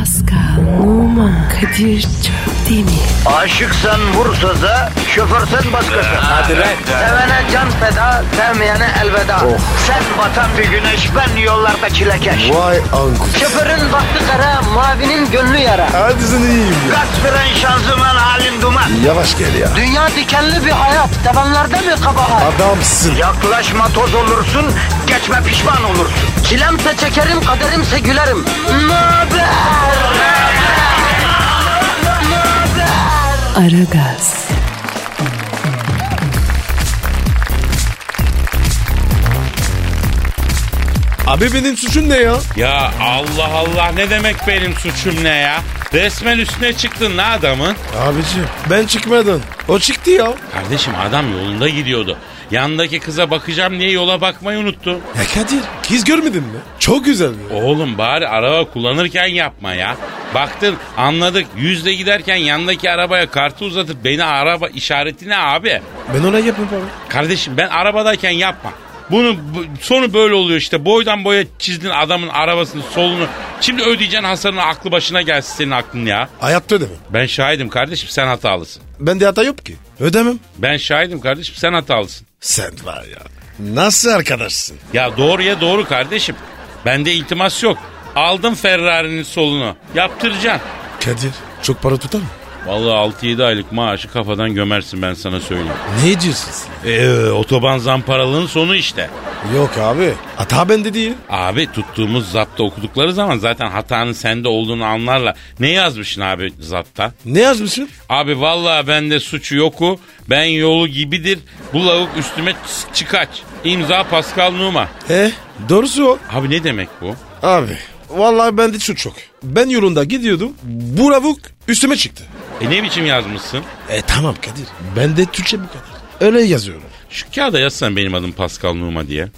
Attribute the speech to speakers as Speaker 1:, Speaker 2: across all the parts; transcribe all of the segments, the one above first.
Speaker 1: Pascal, Oman, Kadir çok değil mi?
Speaker 2: Aşıksan vursa da, şoförsen başkasın.
Speaker 3: Hadi lan.
Speaker 2: Sevene can feda, sevmeyene elveda. Sen batan bir güneş, ben yollarda çilekeş.
Speaker 3: Vay anku.
Speaker 2: Şoförün baktı kara, mavinin gönlü yara.
Speaker 3: Hadi sen iyiyim ya.
Speaker 2: Kasperen şanzıman halin duman.
Speaker 3: Yavaş gel ya.
Speaker 2: Dünya dikenli bir hayat, sevenlerde mi kabahar?
Speaker 3: Adamsın.
Speaker 2: Yaklaşma toz olursun, geçme pişman olursun. Çilemse çekerim, kaderimse gülerim. Möber!
Speaker 1: Aragaz,
Speaker 3: Abi benim suçum ne ya?
Speaker 4: Ya Allah Allah, ne demek benim suçum ne ya? Resmen üstüne çıktın la adamın.
Speaker 3: Abici ben çıkmadım. O çıktı ya.
Speaker 4: Kardeşim adam yolunda gidiyordu. Yandaki kıza bakacağım diye yola bakmayı unuttu.
Speaker 3: Ya Kadir kız görmedin mi? Çok güzel ya.
Speaker 4: Oğlum bari araba kullanırken yapma ya. Baktın anladık, yüzle giderken yandaki arabaya kartı uzatıp beni araba işareti ne abi?
Speaker 3: Ben ona yapayım abi.
Speaker 4: Kardeşim ben arabadayken yapma. Sonu böyle oluyor işte. Boydan boya çizdin adamın arabasının solunu. Şimdi ödeyeceksin hasarını, aklı başına gelsin senin aklın ya.
Speaker 3: Hayatta ödemem.
Speaker 4: Ben şahidim kardeşim, sen hatalısın.
Speaker 3: Bende hata yok ki. Ödemem.
Speaker 4: Ben şahidim kardeşim, sen hatalısın.
Speaker 3: Sen var ya. Nasıl arkadaşsın?
Speaker 4: Ya doğruya doğru kardeşim. Bende iltimas yok. Aldım Ferrari'nin solunu. Yaptıracaksın.
Speaker 3: Kadir çok para tutar mı?
Speaker 4: Vallahi 6-7 aylık maaşı kafadan gömersin, ben sana söyleyeyim.
Speaker 3: Ne diyorsun sen?
Speaker 4: Otoban zamparalığının sonu işte.
Speaker 3: Yok abi. Hata bende değil.
Speaker 4: Abi tuttuğumuz zapta okudukları zaman zaten hatanın sende olduğunu anlarlar. Ne yazmışsın abi zapta?
Speaker 3: Ne yazmışsın?
Speaker 4: Abi vallahi bende suçu yoku. Ben yolu gibidir. Bu lavuk üstüme çıkaç. İmza Pascal Numa.
Speaker 3: Doğrusu o.
Speaker 4: Abi ne demek bu?
Speaker 3: Abi vallahi bende suç yok. Ben yolunda gidiyordum. Bu lavuk üstüme çıktı.
Speaker 4: Ne biçim yazmışsın?
Speaker 3: Tamam Kadir. Ben de Türkçe bu kadar. Öyle yazıyorum.
Speaker 4: Şu kağıda yazsan benim adım Pascal Numa diye.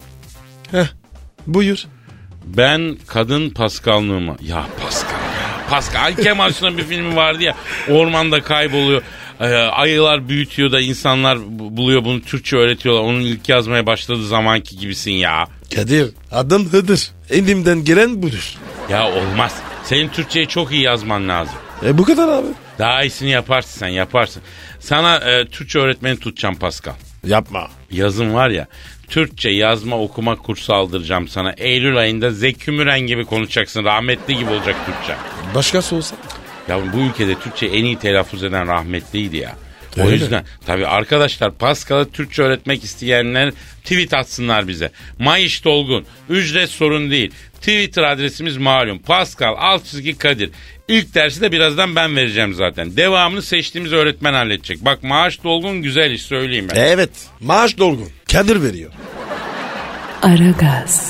Speaker 3: Buyur.
Speaker 4: Ben kadın Pascal Numa. Ya Pascal ya. Pascal. Ali Kemal Sunal'ın bir filmi vardı ya. Ormanda kayboluyor. Ayılar büyütüyor da insanlar buluyor, bunu Türkçe öğretiyorlar. Onun ilk yazmaya başladığı zamanki gibisin ya.
Speaker 3: Kadir adım Hıdır. Elimden gelen budur.
Speaker 4: Ya olmaz. Senin Türkçeyi çok iyi yazman lazım.
Speaker 3: Bu kadar abi.
Speaker 4: Daha iyisini yaparsın, sen yaparsın. Sana Türkçe öğretmeni tutacağım Pascal.
Speaker 3: Yapma.
Speaker 4: Yazın var ya, Türkçe yazma okuma kursu aldıracağım sana. Eylül ayında Zeki Müren gibi konuşacaksın. Rahmetli gibi olacak Türkçe.
Speaker 3: Başkası olsa?
Speaker 4: Ya bu ülkede Türkçe en iyi telaffuz eden rahmetliydi ya. O
Speaker 3: Öyle
Speaker 4: yüzden tabii arkadaşlar, Pascal'a Türkçe öğretmek isteyenler tweet atsınlar bize. Mayış Dolgun, ücret sorun değil. Twitter adresimiz malum. Pascal _Kadir. İlk dersi de birazdan ben vereceğim zaten. Devamını seçtiğimiz öğretmen halledecek. Bak maaş dolgun, güzel iş, söyleyeyim ben.
Speaker 3: Evet, maaş dolgun. Kadir veriyor.
Speaker 1: Aragaz,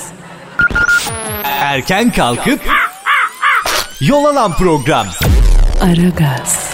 Speaker 5: Erken kalkıp yol alan program.
Speaker 1: Aragaz,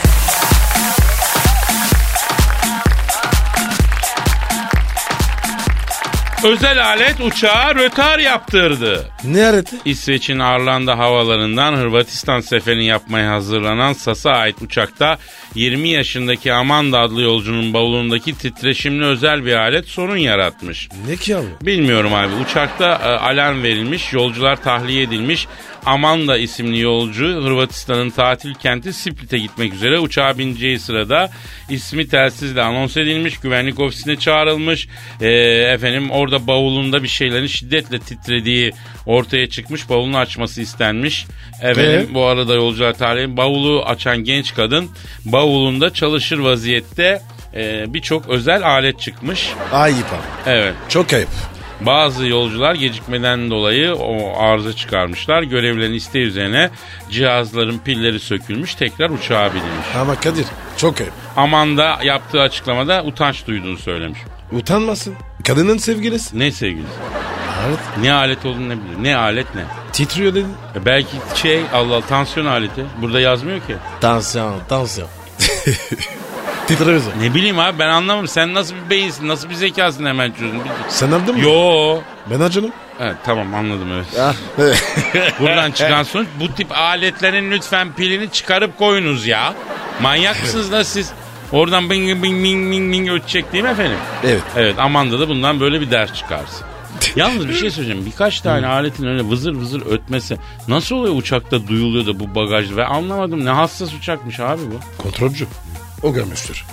Speaker 4: Özel alet uçağa rötar yaptırdı.
Speaker 3: Ne areti?
Speaker 4: İsveç'in Arlanda havalarından Hırvatistan seferini yapmaya hazırlanan SAS'a ait uçakta 20 yaşındaki Amanda adlı yolcunun bavulundaki titreşimli özel bir alet sorun yaratmış.
Speaker 3: Ne ki abi?
Speaker 4: Bilmiyorum abi. Uçakta alarm verilmiş, yolcular tahliye edilmiş. Amanda isimli yolcu Hırvatistan'ın tatil kenti Split'e gitmek üzere uçağa bineceği sırada ismi telsizle anons edilmiş, güvenlik ofisine çağrılmış. Orada bavulunda bir şeylerin şiddetle titrediği ortaya çıkmış, bavulunu açması istenmiş. Bu arada yolcular tahliye, bavulu açan genç kadın bavulunda çalışır vaziyette birçok özel alet çıkmış.
Speaker 3: Ayıp abi.
Speaker 4: Evet.
Speaker 3: Çok ayıp.
Speaker 4: Bazı yolcular gecikmeden dolayı o arıza çıkarmışlar. Görevlilerin isteği üzerine cihazların pilleri sökülmüş, tekrar uçağa binilmiş.
Speaker 3: Ama Kadir çok ayıp.
Speaker 4: Amanda yaptığı açıklamada utanç duyduğunu söylemiş.
Speaker 3: Utanmasın. Kadının sevgilisi.
Speaker 4: Ne sevgilisi?
Speaker 3: Alet.
Speaker 4: Ne alet olduğunu ne bilir. Ne alet ne?
Speaker 3: Titriyor dedin.
Speaker 4: Belki Allah tansiyon aleti. Burada yazmıyor ki.
Speaker 3: Tansiyon. Titriyoruz.
Speaker 4: Ne bileyim abi, ben anlamadım. Sen nasıl bir beyinsin, nasıl bir zekasın, hemen çözün.
Speaker 3: Sen anladın mı?
Speaker 4: Yo.
Speaker 3: Ben acınım.
Speaker 4: Evet tamam, anladım evet. Buradan çıkan sonuç, bu tip aletlerin lütfen pilini çıkarıp koyunuz ya. Manyak mısınız da siz? Oradan bing bing bing bing bing ötecek değil mi efendim?
Speaker 3: Evet.
Speaker 4: Evet, Amanda da bundan böyle bir ders çıkarsın. Yalnız bir şey söyleyeceğim. Birkaç tane aletin öyle vızır vızır ötmesi nasıl oluyor uçakta duyuluyor da bu bagajda? Ve anlamadım, ne hassas uçakmış abi bu.
Speaker 3: Kontrolcü. O görmüştür.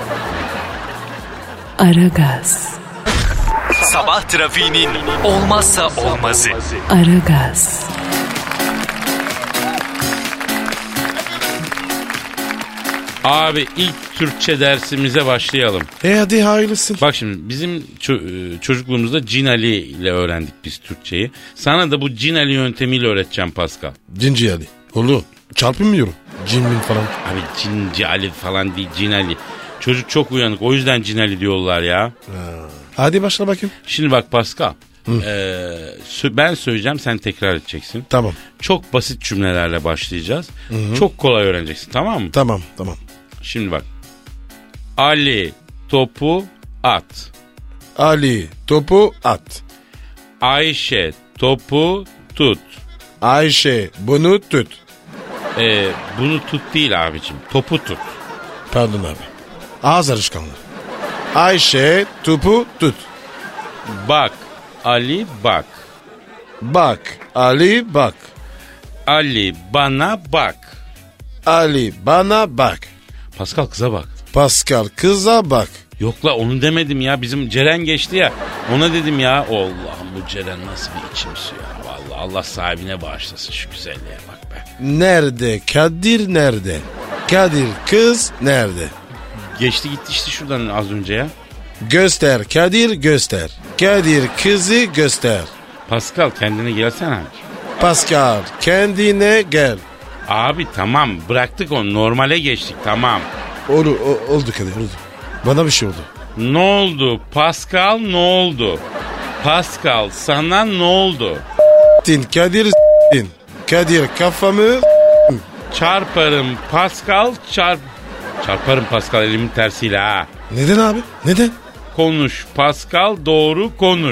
Speaker 1: Aragaz,
Speaker 5: Sabah trafiğinin olmazsa olmazı.
Speaker 1: Aragaz,
Speaker 4: Abi ilk Türkçe dersimize başlayalım.
Speaker 3: Hadi hayırlısın.
Speaker 4: Bak şimdi bizim çocukluğumuzda Cinali ile öğrendik biz Türkçeyi. Sana da bu Cinali yöntemiyle öğreteceğim Pascal.
Speaker 3: Cinci Ali. Oğlum çarpılmıyorum. Cinmin falan.
Speaker 4: Abi Cinci Ali falan değil, Cinali. Çocuk çok uyanık, o yüzden Cinali diyorlar ya.
Speaker 3: Hadi başla bakayım.
Speaker 4: Şimdi bak Pascal. Ben söyleyeceğim, sen tekrar edeceksin.
Speaker 3: Tamam.
Speaker 4: Çok basit cümlelerle başlayacağız. Çok kolay öğreneceksin, tamam mı?
Speaker 3: Tamam.
Speaker 4: Şimdi bak. Ali topu at.
Speaker 3: Ali topu at.
Speaker 4: Ayşe topu tut.
Speaker 3: Ayşe bunu tut.
Speaker 4: Bunu tut değil abicim. Topu tut.
Speaker 3: Pardon abi. Ağız alışkanlığı. Ayşe topu tut.
Speaker 4: Bak Ali bak.
Speaker 3: Bak Ali bak.
Speaker 4: Ali bana bak.
Speaker 3: Ali bana bak.
Speaker 4: Pascal kıza bak.
Speaker 3: Pascal kıza bak.
Speaker 4: Yok la onu demedim ya. Bizim Ceren geçti ya. Ona dedim ya. Allah'ım bu Ceren nasıl bir içimsi ya. Vallahi Allah sahibine bağışlasın şu güzelliğe bak be.
Speaker 3: Nerede? Kadir nerede? Kadir kız nerede?
Speaker 4: Geçti gitti işte şuradan az önce ya.
Speaker 3: Göster Kadir göster. Kadir kızı göster.
Speaker 4: Pascal kendine gelsene.
Speaker 3: Pascal kendine gel.
Speaker 4: Abi tamam bıraktık onu, normale geçtik tamam.
Speaker 3: Oldu Kadir oldu. Bana bir şey oldu.
Speaker 4: Ne oldu Pascal, ne oldu? Pascal sana ne oldu?
Speaker 3: Kadir Kadir kafamı
Speaker 4: Çarparım Pascal çarparım Pascal elimin tersiyle ha.
Speaker 3: Neden abi? Neden?
Speaker 4: Konuş Pascal, doğru konuş.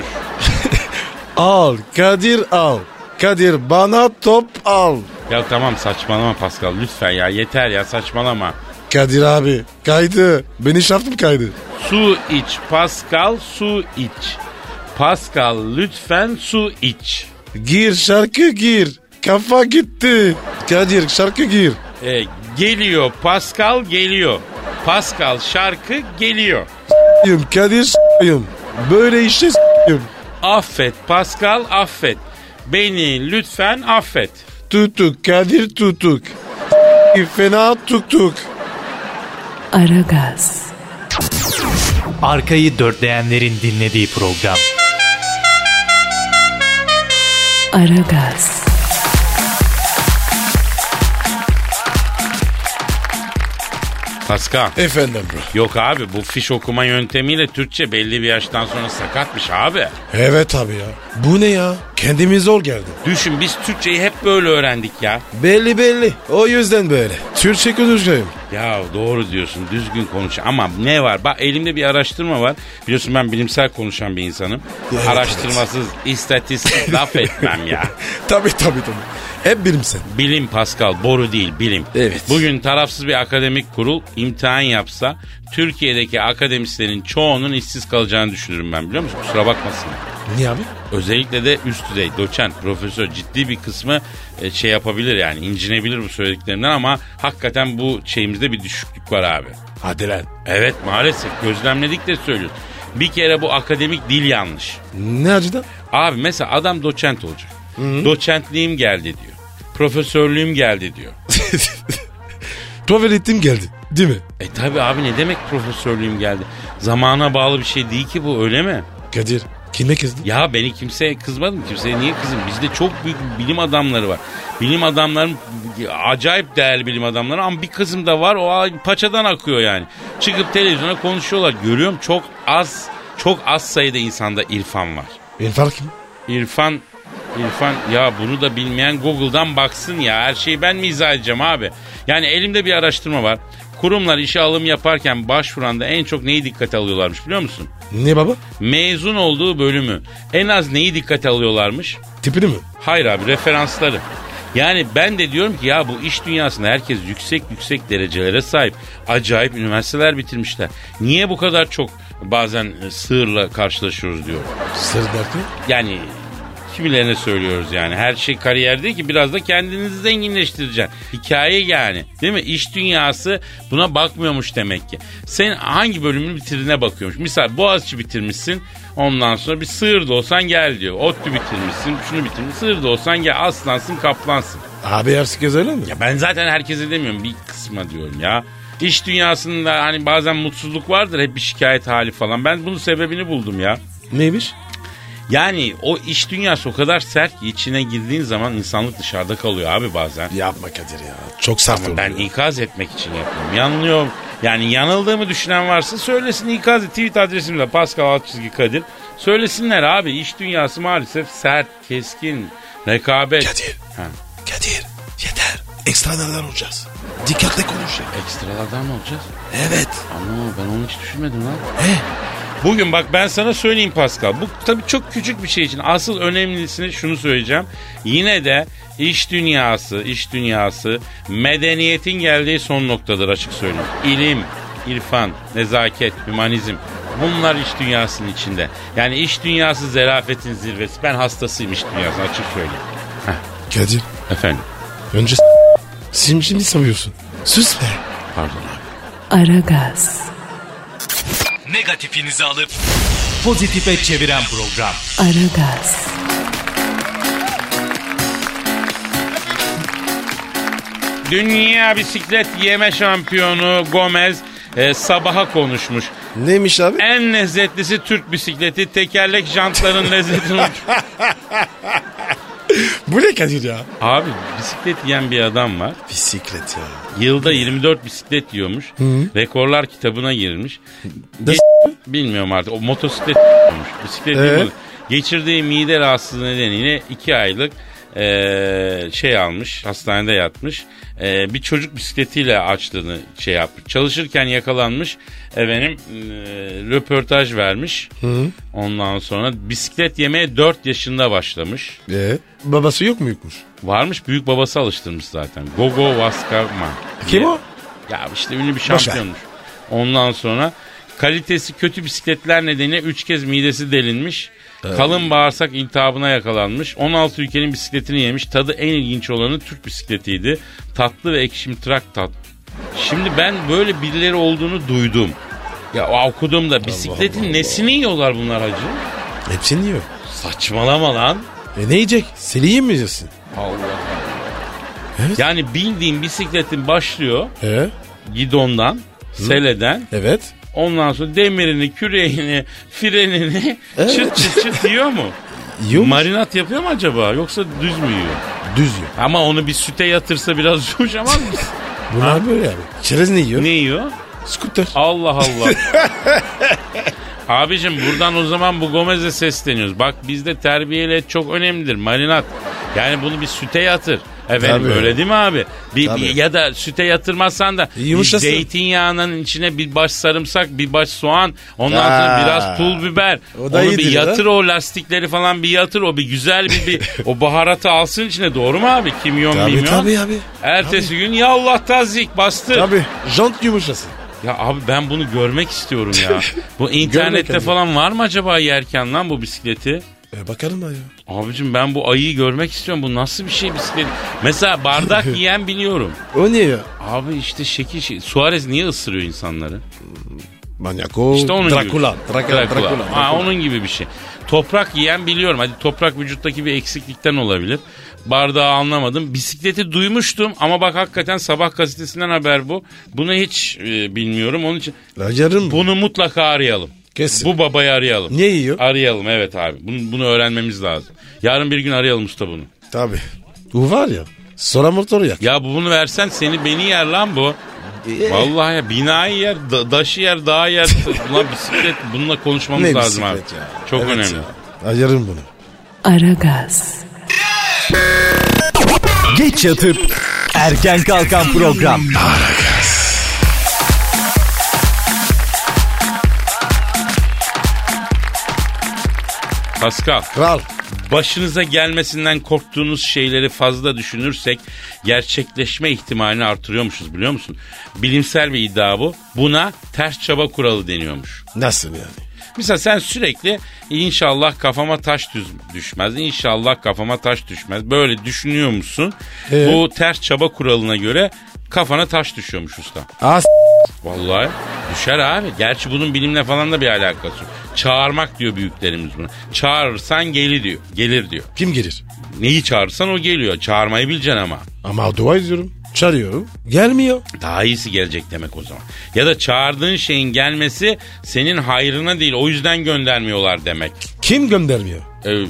Speaker 3: Al Kadir al. Kadir bana top al.
Speaker 4: Ya tamam saçmalama Pascal lütfen ya, yeter ya, saçmalama.
Speaker 3: Kadir abi kaydı. Beni şaftım kaydı.
Speaker 4: Su iç Pascal, su iç. Pascal lütfen su iç.
Speaker 3: Gir şarkı gir. Kafa gitti. Kadir şarkı gir.
Speaker 4: Geliyor Pascal geliyor. Pascal şarkı geliyor.
Speaker 3: Kadir s***yım. Böyle işe s***yım.
Speaker 4: Affet Pascal affet. Beni lütfen affet.
Speaker 3: Tutuk Kadir tutuk. Fena tuttuk.
Speaker 1: Aragaz,
Speaker 5: Arkayı dörtleyenlerin dinlediği program.
Speaker 1: Aragaz,
Speaker 4: Pascal.
Speaker 3: Efendim bro.
Speaker 4: Yok abi bu fiş okuma yöntemiyle Türkçe belli bir yaştan sonra sakatmış abi.
Speaker 3: Evet abi ya. Bu ne ya? Kendimiz zor geldi.
Speaker 4: Düşün biz Türkçeyi hep böyle öğrendik ya.
Speaker 3: Belli. O yüzden böyle. Türkçe konuşuyorum.
Speaker 4: Ya doğru diyorsun, düzgün konuş ama ne var? Bak elimde bir araştırma var. Biliyorsun ben bilimsel konuşan bir insanım.
Speaker 3: Evet,
Speaker 4: Araştırmasız istatistik laf etmem ya.
Speaker 3: Tabii. Hep bilimsel.
Speaker 4: Bilim Pascal, boru değil bilim.
Speaker 3: Evet.
Speaker 4: Bugün tarafsız bir akademik kurul imtihan yapsa Türkiye'deki akademisyenin çoğunun işsiz kalacağını düşünürüm ben, biliyor musun? Kusura bakmasın.
Speaker 3: Niye abi?
Speaker 4: Özellikle de üst düzey, doçent, profesör ciddi bir kısmı şey yapabilir yani, incinebilir bu söylediklerimden ama hakikaten bu şeyimizde bir düşüklük var abi.
Speaker 3: Hadi lan.
Speaker 4: Evet maalesef gözlemledik de söylüyoruz. Bir kere bu akademik dil yanlış.
Speaker 3: Ne acıdan?
Speaker 4: Abi mesela adam doçent olacak. Doçentliğim geldi diyor. Profesörlüğüm geldi diyor.
Speaker 3: Profesyonelliğim geldi. Değil mi?
Speaker 4: Tabi abi ne demek profesörlüğüm geldi? Zamana bağlı bir şey değil ki bu, öyle mi?
Speaker 3: Kadir kime kızdın?
Speaker 4: Ya beni kimseye kızmadım. Kimseye niye kızım? Bizde çok büyük bilim adamları var. Bilim adamların acayip değerli bilim adamları ama bir kızım da var, o paçadan akıyor yani. Çıkıp televizyona konuşuyorlar. Görüyorum çok az sayıda insanda irfan var.
Speaker 3: İrfan kim?
Speaker 4: İrfan ya bunu da bilmeyen Google'dan baksın ya. Her şeyi ben mi izah edeceğim abi? Yani elimde bir araştırma var. Kurumlar işe alım yaparken başvuranda en çok neyi dikkate alıyorlarmış biliyor musun?
Speaker 3: Ne baba?
Speaker 4: Mezun olduğu bölümü. En az neyi dikkate alıyorlarmış?
Speaker 3: Tipini mi?
Speaker 4: Hayır abi, referansları. Yani ben de diyorum ki ya bu iş dünyasında herkes yüksek derecelere sahip. Acayip üniversiteler bitirmişler. Niye bu kadar çok bazen sığırla karşılaşıyoruz diyor.
Speaker 3: Sır derken?
Speaker 4: Yani kimilerine söylüyoruz yani. Her şey kariyer değil ki, biraz da kendinizi zenginleştireceksin. Hikaye yani, değil mi? İş dünyası buna bakmıyormuş demek ki. Sen hangi bölümünü bitirdiğine bakıyormuş. Misal Boğaziçi bitirmişsin. Ondan sonra bir sığır da olsan gel diyor. ODTÜ bitirmişsin, şunu bitirmişsin. Sığır da olsan gel, aslansın kaplansın.
Speaker 3: Abi herkes öyle mi?
Speaker 4: Ya ben zaten herkese demiyorum, bir kısma diyorum ya. İş dünyasında hani bazen mutsuzluk vardır, hep bir şikayet hali falan. Ben bunun sebebini buldum ya.
Speaker 3: Neymiş?
Speaker 4: Yani o iş dünyası o kadar sert ki içine girdiğin zaman insanlık dışarıda kalıyor abi bazen.
Speaker 3: Yapma Kadir ya. Çok sert oluyor.
Speaker 4: Ben ikaz etmek için yapıyorum. Yanılıyorum. Yani yanıldığımı düşünen varsa söylesin, ikaz et. Tweet adresim de Pascal_Kadir. Söylesinler abi, iş dünyası maalesef sert, keskin, rekabet.
Speaker 3: Kadir.
Speaker 4: Ha.
Speaker 3: Kadir yeter. Ekstralardan olacağız. Dikkatli konuş ya.
Speaker 4: Ekstralardan mı olacağız?
Speaker 3: Evet.
Speaker 4: Ama ben onu hiç düşünmedim lan. Bugün bak ben sana söyleyeyim Pascal. Bu tabii çok küçük bir şey için. Asıl önemlisini şunu söyleyeceğim. Yine de iş dünyası medeniyetin geldiği son noktadır, açık söyleyeyim. İlim, irfan, nezaket, hümanizm. Bunlar iş dünyasının içinde. Yani iş dünyası zarafetin zirvesi. Ben hastasıyım iş dünyasına, açık söyleyeyim.
Speaker 3: Kadir.
Speaker 4: Efendim?
Speaker 3: Önce şimdi savuyorsun. Sus be.
Speaker 4: Pardon abi.
Speaker 1: Aragaz,
Speaker 5: Negatifinizi alıp pozitife çeviren program.
Speaker 1: Aragaz,
Speaker 4: Dünya bisiklet yeme şampiyonu Gomez sabaha konuşmuş.
Speaker 3: Neymiş abi?
Speaker 4: En lezzetlisi Türk bisikleti, tekerlek jantların lezzetini...
Speaker 3: Bu ne Kadir ya?
Speaker 4: Abi bisiklet yiyen bir adam var.
Speaker 3: Bisiklet ya.
Speaker 4: Yılda 24 bisiklet yiyormuş. Rekorlar kitabına girmiş. Bilmiyorum artık. O motosiklet yiyormuş. Bisiklet yiyormuş. Geçirdiği mide rahatsızlığı nedeniyle 2 aylık almış. Hastanede yatmış. Bir çocuk bisikletiyle açtığını yapmış. Çalışırken yakalanmış. Röportaj vermiş. Ondan sonra bisiklet yemeye 4 yaşında başlamış.
Speaker 3: Babası yok muymuş?
Speaker 4: Varmış, büyük babası alıştırmış zaten. Gogo Vaskarman.
Speaker 3: Kim o?
Speaker 4: Ya işte ünlü bir şampiyonmuş. Ondan sonra kalitesi kötü bisikletler nedeniyle 3 kez midesi delinmiş. Kalın bağırsak iltihabına yakalanmış. 16 ülkenin bisikletini yemiş. Tadı en ilginç olanı Türk bisikletiydi. Tatlı ve ekşimtırak tat. Şimdi ben böyle birileri olduğunu duydum. Ya okuduğumda bisikletin nesini yiyorlar bunlar hacı?
Speaker 3: Hepsini yiyor.
Speaker 4: Saçmalama lan.
Speaker 3: Ne yiyecek? Seni yemeyeceksin.
Speaker 4: Allah.
Speaker 3: Evet.
Speaker 4: Yani bildiğin bisikletin başlıyor gidondan, seleden.
Speaker 3: Evet.
Speaker 4: Ondan sonra demirini, küreğini, frenini çıt yiyor mu?
Speaker 3: Yiyor mu?
Speaker 4: Marinat yapıyor mu acaba? Yoksa düz mü yiyor?
Speaker 3: Düz yiyor.
Speaker 4: Ama onu bir süte yatırsa biraz yumuşamaz mı?
Speaker 3: Bunlar böyle abi. Çerez ne yiyor?
Speaker 4: Ne yiyor?
Speaker 3: Scooter.
Speaker 4: Allah Allah. Abicim buradan o zaman bu Gomez'e sesleniyoruz. Bak bizde terbiyeli et çok önemlidir. Marinat. Yani bunu bir süte yatır. Efendim
Speaker 3: Tabii.
Speaker 4: öyle değil mi abi? Ya da süte yatırmazsan da
Speaker 3: yumuşasın.
Speaker 4: Zeytinyağının içine bir baş sarımsak, bir baş soğan, ondan sonra biraz pul biber.
Speaker 3: O da
Speaker 4: onu
Speaker 3: iyidir
Speaker 4: bir yatır
Speaker 3: ya.
Speaker 4: o lastikleri falan bir yatır. O bir güzel bir o baharatı alsın içine, doğru mu abi? Kimyon mimyon.
Speaker 3: Tabii abi.
Speaker 4: Ertesi gün ya Allah tazik bastır.
Speaker 3: Tabii. Jant yumuşasın.
Speaker 4: Ya abi ben bunu görmek istiyorum ya. Bu internette
Speaker 3: Görmek
Speaker 4: falan var mı acaba yerken lan bu bisikleti?
Speaker 3: Bakalım da ya.
Speaker 4: Abicim ben bu ayıyı görmek istiyorum. Bu nasıl bir şey bisiklet? Mesela bardak yiyen biliyorum.
Speaker 3: O ne ya?
Speaker 4: Abi işte şekil. Suarez niye ısırıyor insanları?
Speaker 3: Manyak o.
Speaker 4: İşte onun
Speaker 3: Dracula.
Speaker 4: gibi. Dracula. Onun gibi bir şey. Toprak yiyen biliyorum. Hadi toprak vücuttaki bir eksiklikten olabilir. Bardağı anlamadım. Bisikleti duymuştum ama bak hakikaten Sabah gazetesinden haber bu. Bunu hiç bilmiyorum. Onun için bunu mutlaka arayalım.
Speaker 3: Kesin.
Speaker 4: Bu babayı arayalım.
Speaker 3: Niye yiyor?
Speaker 4: Arayalım, evet abi. Bunu öğrenmemiz lazım. Yarın bir gün arayalım usta bunu.
Speaker 3: Tabii. Bu var ya. Sonra motoru yak.
Speaker 4: Ya bunu versen beni yer lan bu. Vallahi ya, binayı yer, daşı yer, dağı yer. Bunlar bisiklet, bununla konuşmamız lazım abi.
Speaker 3: Ya.
Speaker 4: Çok önemli.
Speaker 3: Ya. Ayarım bunu.
Speaker 1: Aragaz,
Speaker 5: Geç yatıp erken kalkan program.
Speaker 4: Pascal.
Speaker 3: Kral.
Speaker 4: başınıza gelmesinden korktuğunuz şeyleri fazla düşünürsek gerçekleşme ihtimalini artırıyormuşuz, biliyor musun? Bilimsel bir iddia bu. Buna ters çaba kuralı deniyormuş.
Speaker 3: Nasıl yani?
Speaker 4: Mesela sen sürekli inşallah kafama taş düşmez, inşallah kafama taş düşmez, böyle düşünüyor musun? Bu ters çaba kuralına göre kafana taş düşüyormuş usta. Vallahi düşer abi. Gerçi bunun bilimle falan da bir alakası yok. Çağırmak diyor büyüklerimiz buna. Çağırırsan gelir diyor.
Speaker 3: Kim gelir?
Speaker 4: Neyi çağırırsan o geliyor. Çağırmayı bileceksin ama.
Speaker 3: Ama dua ediyorum. Çağırıyorum. Gelmiyor.
Speaker 4: Daha iyisi gelecek demek o zaman. Ya da çağırdığın şeyin gelmesi senin hayrına değil, o yüzden göndermiyorlar demek.
Speaker 3: Kim göndermiyor?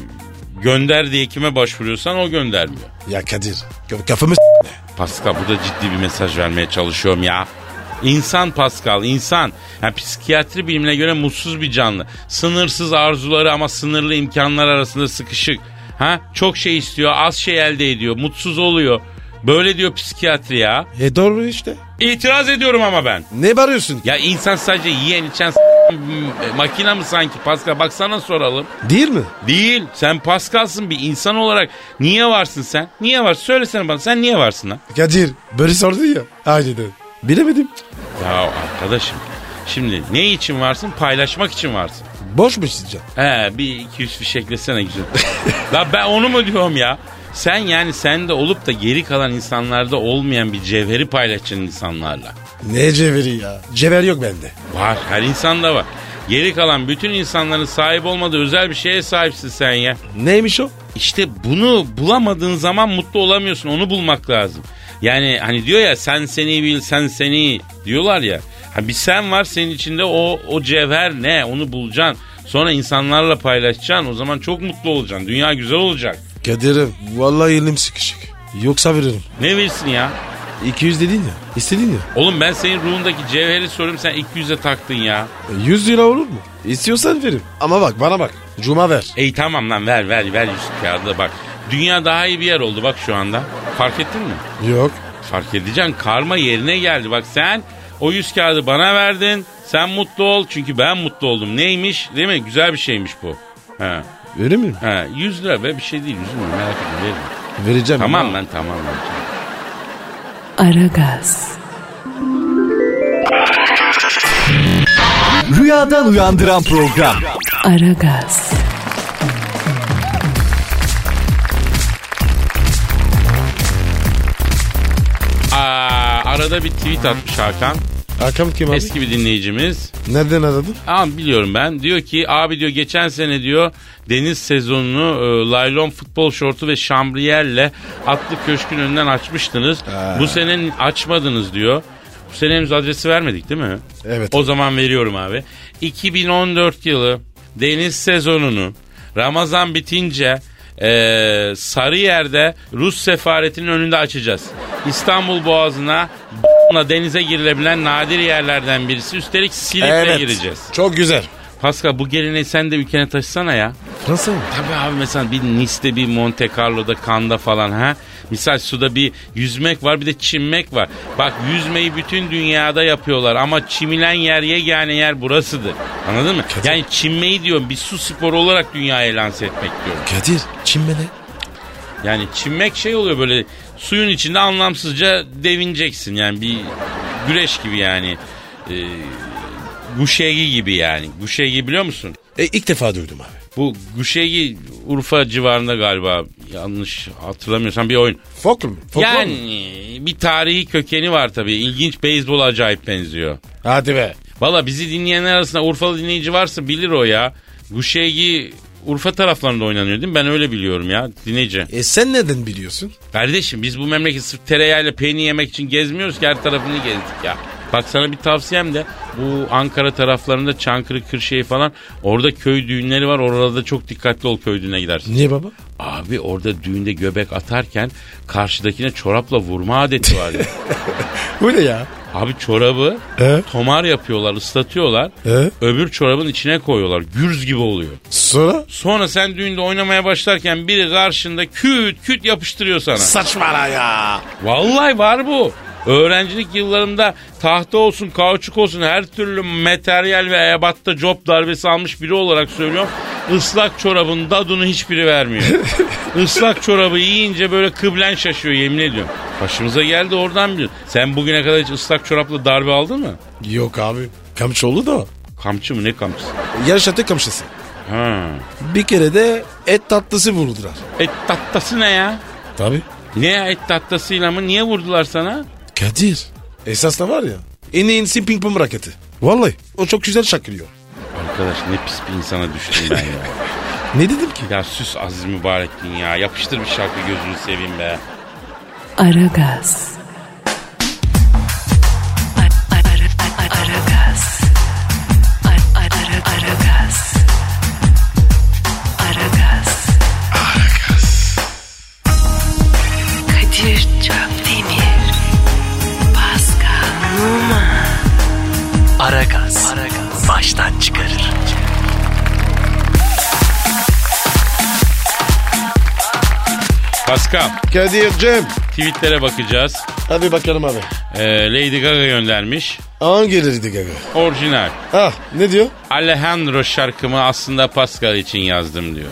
Speaker 4: Gönder diye kime başvuruyorsan o göndermiyor.
Speaker 3: Ya Kadir kafamı
Speaker 4: Pascal, bu da ciddi bir mesaj vermeye çalışıyorum ya. İnsan Pascal, insan. Yani psikiyatri bilimine göre mutsuz bir canlı. Sınırsız arzuları ama sınırlı imkanlar arasında sıkışık. Çok şey istiyor, az şey elde ediyor, mutsuz oluyor. Böyle diyor psikiyatri ya.
Speaker 3: Doğru işte.
Speaker 4: İtiraz ediyorum ama ben.
Speaker 3: Ne bağırıyorsun?
Speaker 4: Ya insan sadece yiyen içen makine mi sanki Pascal? Bak sana soralım.
Speaker 3: Değil mi?
Speaker 4: Değil. Sen Pascal'sın, bir insan olarak. Niye varsın sen? Niye varsın? Söylesene bana, sen niye varsın ha?
Speaker 3: Kadir böyle sordun ya. Aynen. Bilemedim.
Speaker 4: Ya arkadaşım, şimdi ne için varsın? Paylaşmak için varsın.
Speaker 3: Boş mu sizce?
Speaker 4: Bir 200 fişeklesene güzel. La ben onu mu diyorum ya? Sen yani sende olup da geri kalan insanlarda olmayan bir cevheri paylaşacaksın insanlarla.
Speaker 3: Ne cevheri ya? Cevher yok bende.
Speaker 4: Var, her insanda var. Geri kalan bütün insanların sahip olmadığı özel bir şeye sahipsin sen ya.
Speaker 3: Neymiş o?
Speaker 4: İşte bunu bulamadığın zaman mutlu olamıyorsun, onu bulmak lazım. Yani hani diyor ya, sen seni bil, sen seni diyorlar ya. Bir sen var senin içinde, o cevher ne, onu bulacaksın. Sonra insanlarla paylaşacaksın, o zaman çok mutlu olacaksın. Dünya güzel olacak.
Speaker 3: Kadir'im vallahi elim sıkışık. Yoksa veririm.
Speaker 4: Ne verirsin ya?
Speaker 3: 200 dedin ya. İstedin ya.
Speaker 4: Oğlum ben senin ruhundaki cevheri soruyorum, sen 200'e taktın ya.
Speaker 3: 100 lira olur mu? İstiyorsan veririm. Ama bak bana bak. Cuma ver.
Speaker 4: Tamam lan, ver 100 kağıdı bak. Dünya daha iyi bir yer oldu bak şu anda. Fark ettin mi?
Speaker 3: Yok.
Speaker 4: Fark edeceksin, karma yerine geldi. Bak sen o 100 kağıdı bana verdin. Sen mutlu ol çünkü ben mutlu oldum. Neymiş değil mi? Güzel bir şeymiş bu.
Speaker 3: Öyle mi?
Speaker 4: 100 lira be, bir şey değil. 100 lira merak etme, veririm.
Speaker 3: Vereceğim.
Speaker 4: Tamam lan, tamam lan.
Speaker 1: Aragaz.
Speaker 5: Rüyadan uyandıran program.
Speaker 1: Aragaz.
Speaker 4: Arada bir tweet atmış Hakan.
Speaker 3: Hakan kim abi?
Speaker 4: Eski bir dinleyicimiz.
Speaker 3: Nereden aradın?
Speaker 4: Biliyorum ben. Diyor ki abi diyor, geçen sene diyor deniz sezonunu laylon futbol şortu ve şambriyerle atlı köşkün önünden açmıştınız. Bu sene açmadınız diyor. Bu sene henüz adresi vermedik değil mi?
Speaker 3: Evet.
Speaker 4: O zaman veriyorum abi. 2014 yılı deniz sezonunu Ramazan bitince Sarıyer'de Rus sefaretinin önünde açacağız. İstanbul Boğazı'na denize girilebilen nadir yerlerden birisi. Üstelik Silif'le gireceğiz.
Speaker 3: Çok güzel.
Speaker 4: Pascal, bu geleneği sen de ülkene taşısana ya.
Speaker 3: Nasıl?
Speaker 4: Tabii abi, mesela bir Nice'de, bir Monte Carlo'da, Cannes'da falan Misal suda bir yüzmek var, bir de çimmek var. Bak, yüzmeyi bütün dünyada yapıyorlar ama çimilen yer, yegane yer burasıdır. Anladın mı?
Speaker 3: Kadir.
Speaker 4: Yani çimmeyi diyorum bir su sporu olarak dünyaya lanse etmek diyorum.
Speaker 3: Kadir, çinme ne?
Speaker 4: Yani çimmek şey oluyor, böyle suyun içinde anlamsızca devineceksin. Yani bir güreş gibi yani. Guşegi gibi yani. Guşegi biliyor musun?
Speaker 3: İlk defa duydum abi.
Speaker 4: Bu Guşegi Urfa civarında galiba, yanlış hatırlamıyorsam bir oyun.
Speaker 3: Folklor mu?
Speaker 4: Yani bir tarihi kökeni var tabii. İlginç, beyzbol acayip benziyor.
Speaker 3: Hadi be.
Speaker 4: Valla bizi dinleyenler arasında Urfalı dinleyici varsa bilir o ya. Guşegi Urfa taraflarında oynanıyor değil mi? Ben öyle biliyorum ya dinleyici.
Speaker 3: Sen neden biliyorsun?
Speaker 4: Kardeşim biz bu memleket sırf tereyağıyla peynir yemek için gezmiyoruz ki, her tarafını gezdik ya. Bak sana bir tavsiyem de, bu Ankara taraflarında Çankırı, Kırşehir falan, orada köy düğünleri var. Orada çok dikkatli ol, köy düğüne gidersin.
Speaker 3: Niye baba?
Speaker 4: Abi orada düğünde göbek atarken karşıdakine çorapla vurma adeti var ya.
Speaker 3: Bu ne ya?
Speaker 4: Abi çorabı tomar yapıyorlar, ıslatıyorlar. Öbür çorabın içine koyuyorlar. Gürz gibi oluyor. Sonra sen düğünde oynamaya başlarken biri karşında küt küt yapıştırıyor sana.
Speaker 3: Saçmala ya.
Speaker 4: Vallahi var bu. Öğrencilik yıllarımda tahta olsun, kauçuk olsun, her türlü materyal ve ebatta job darbesi almış biri olarak söylüyorum. Islak çorabın dadını hiçbiri vermiyor. Islak çorabı yiyince böyle kıblen şaşıyor, yemin ediyorum. Başımıza geldi, oradan biliyorsun. Sen bugüne kadar hiç ıslak çorapla darbe aldın mı?
Speaker 3: Yok abi. Kamçı oldu da.
Speaker 4: Kamçı mı, ne kamçısı?
Speaker 3: Yarış atı kamçısı.
Speaker 4: Ha.
Speaker 3: Bir kere de et tatlısı vurdular.
Speaker 4: Et tatlısı ne ya?
Speaker 3: Tabii.
Speaker 4: Ne ya, et tatlısıyla mı? Niye vurdular sana?
Speaker 3: Kadir. Esas da var ya. En iyisi ping pong raketi. Vallahi o çok güzel şakırıyor.
Speaker 4: Arkadaş ne pis bir insana düştüm ben ya.
Speaker 3: Ne dedim ki?
Speaker 4: Ya süs aziz mübarek gün ya. Yapıştır bir şarkı, gözünü seveyim be.
Speaker 1: Aragaz. Aragaz. Aragaz. Kadir Çöpdemir. Pascal Numa.
Speaker 5: Aragaz. Baştan çıkarır.
Speaker 4: Pascal,
Speaker 3: Kadir'cim.
Speaker 4: tweetlere bakacağız.
Speaker 3: Hadi bakalım abi.
Speaker 4: Lady Gaga göndermiş.
Speaker 3: Hangileriydi Gaga?
Speaker 4: Orijinal.
Speaker 3: Ah ne diyor?
Speaker 4: Alejandro şarkımı aslında Pascal için yazdım diyor.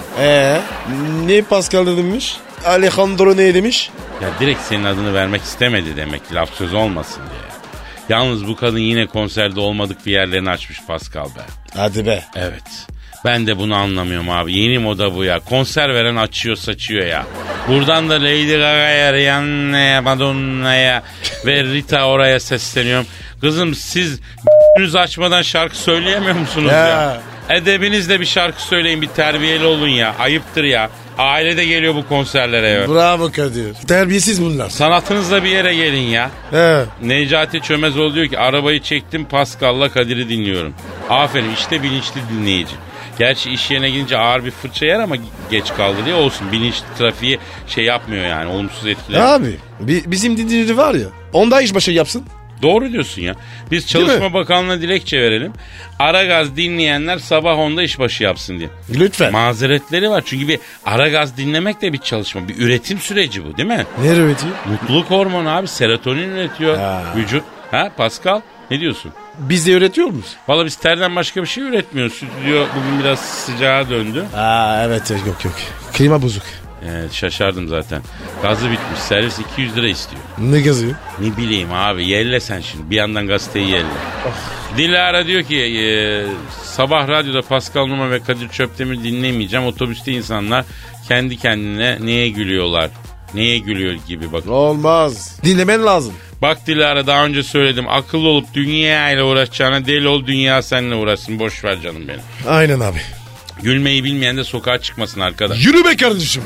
Speaker 3: Ne Pascal demiş? Alejandro ne demiş?
Speaker 4: Ya direkt senin adını vermek istemedi demek ki, laf söz olmasın diye. Yalnız bu kadın yine konserde olmadık bir yerlerini açmış Pascal be.
Speaker 3: Hadi be.
Speaker 4: Evet. Ben de bunu anlamıyorum abi. Yeni moda bu ya. Konser veren açıyor saçıyor ya. Buradan da Lady Gaga'ya, Rihanna'ya, Madonna'ya ve Rita oraya sesleniyorum. Kızım siz g***nüzü açmadan şarkı söyleyemiyor musunuz ya? Edebinizle bir şarkı söyleyin, bir terbiyeli olun ya. Ayıptır ya. Aile de geliyor bu konserlere ya.
Speaker 3: Bravo Kadir. Terbiyesiz bunlar.
Speaker 4: Sanatınızla bir yere gelin ya.
Speaker 3: He.
Speaker 4: Necati Çömezoğlu diyor ki arabayı çektim Pascal'la Kadir'i dinliyorum. Aferin, işte bilinçli dinleyici. Gerçi iş yerine gidince ağır bir fırça yer ama geç kaldı diye olsun. Bilinçli trafiği şey yapmıyor yani, olumsuz etkilemiyor.
Speaker 3: Abi bizim dinleyici var ya. Onda işbaşı yapsın.
Speaker 4: Doğru diyorsun ya. Biz Çalışma Bakanlığı'na dilekçe verelim. Aragaz dinleyenler sabah 10'da işbaşı yapsın diye.
Speaker 3: Lütfen.
Speaker 4: Mazeretleri var çünkü bir Aragaz dinlemek de bir çalışma. Bir üretim süreci bu değil mi?
Speaker 3: Ne üretiyor?
Speaker 4: Mutluluk hormonu abi, serotonin üretiyor vücut. Ha Pascal, ne diyorsun?
Speaker 3: Biz de üretiyor muyuz?
Speaker 4: Valla biz terden başka bir şey üretmiyoruz. Stüdyo bugün biraz sıcağa döndü.
Speaker 3: Evet yok. Klima bozuk.
Speaker 4: Evet, şaşardım zaten. Gazı bitmiş, servis 200 lira istiyor.
Speaker 3: Ne gazı?
Speaker 4: Ne bileyim abi, yelle sen şimdi. Bir yandan gazeteyi yelle. Dilara diyor ki sabah radyoda Pascal Numa ve Kadir Çöpdemir dinlemeyeceğim. Otobüste insanlar kendi kendine neye gülüyorlar, neye gülüyor gibi bak.
Speaker 3: Olmaz. Dinlemen lazım.
Speaker 4: Bak Dilara, daha önce söyledim. Akıllı olup dünya ile uğraşacağına deli ol, dünya seninle uğraşsın. Boş ver canım benim.
Speaker 3: Aynen abi.
Speaker 4: Gülmeyi bilmeyen de sokağa çıkmasın arkadaş.
Speaker 3: Yürü be kardeşim.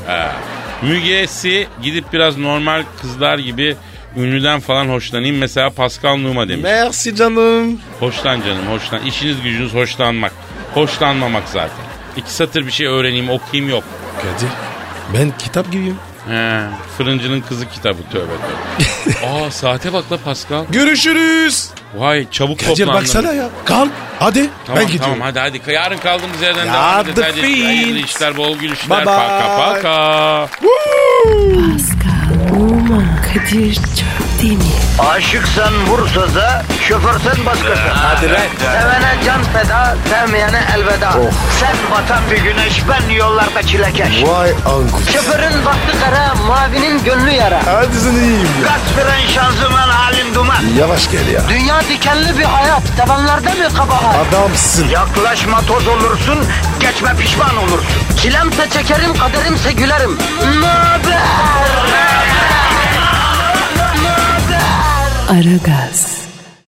Speaker 4: Müge'si gidip biraz normal kızlar gibi ünlüden falan hoşlanayım. Mesela Pascal Numa demiş.
Speaker 3: Merci canım.
Speaker 4: Hoşlan canım, hoşlan. İşiniz gücünüz hoşlanmak. Hoşlanmamak zaten. 2 satır bir şey öğreneyim, okuyayım yok.
Speaker 3: Kadir ben kitap gibiyim.
Speaker 4: Fırıncının kızı kitabı, tövbe tövbe. Saate bak la Pascal.
Speaker 3: Görüşürüz.
Speaker 4: Vay çabuk
Speaker 3: Kadir
Speaker 4: toplandın.
Speaker 3: baksana ya. Kalk hadi.
Speaker 4: Tamam,
Speaker 3: ben gidiyorum.
Speaker 4: Tamam hadi. Yarın kaldığımız yerden
Speaker 3: Ya,
Speaker 4: devam
Speaker 3: the
Speaker 4: edeceğiz.
Speaker 3: fiend.
Speaker 4: Hayırlı işler, bol gülüşler.
Speaker 3: Bye bye.
Speaker 4: Paka.
Speaker 1: Pascal Numa. Kadir Çöpdemir.
Speaker 2: Aşıksan vursa da, şoförsen başkasın. Hadi
Speaker 3: lan.
Speaker 2: Sevene can feda, sevmeyene elveda. Sen batan bir güneş, ben yollarda çilekeş.
Speaker 3: Vay anku.
Speaker 2: Şoförün baktı kara, mavinin gönlü yara.
Speaker 3: Hadi sen iyiyim ya.
Speaker 2: Kasperen şanzıman halin duman.
Speaker 3: Yavaş gel ya.
Speaker 2: Dünya dikenli bir hayat, sevenlerde mi kabahar?
Speaker 3: Adamsın.
Speaker 2: Yaklaşma toz olursun, geçme pişman olursun. Çilemse çekerim, kaderimse gülerim. Möber!
Speaker 1: Aragaz.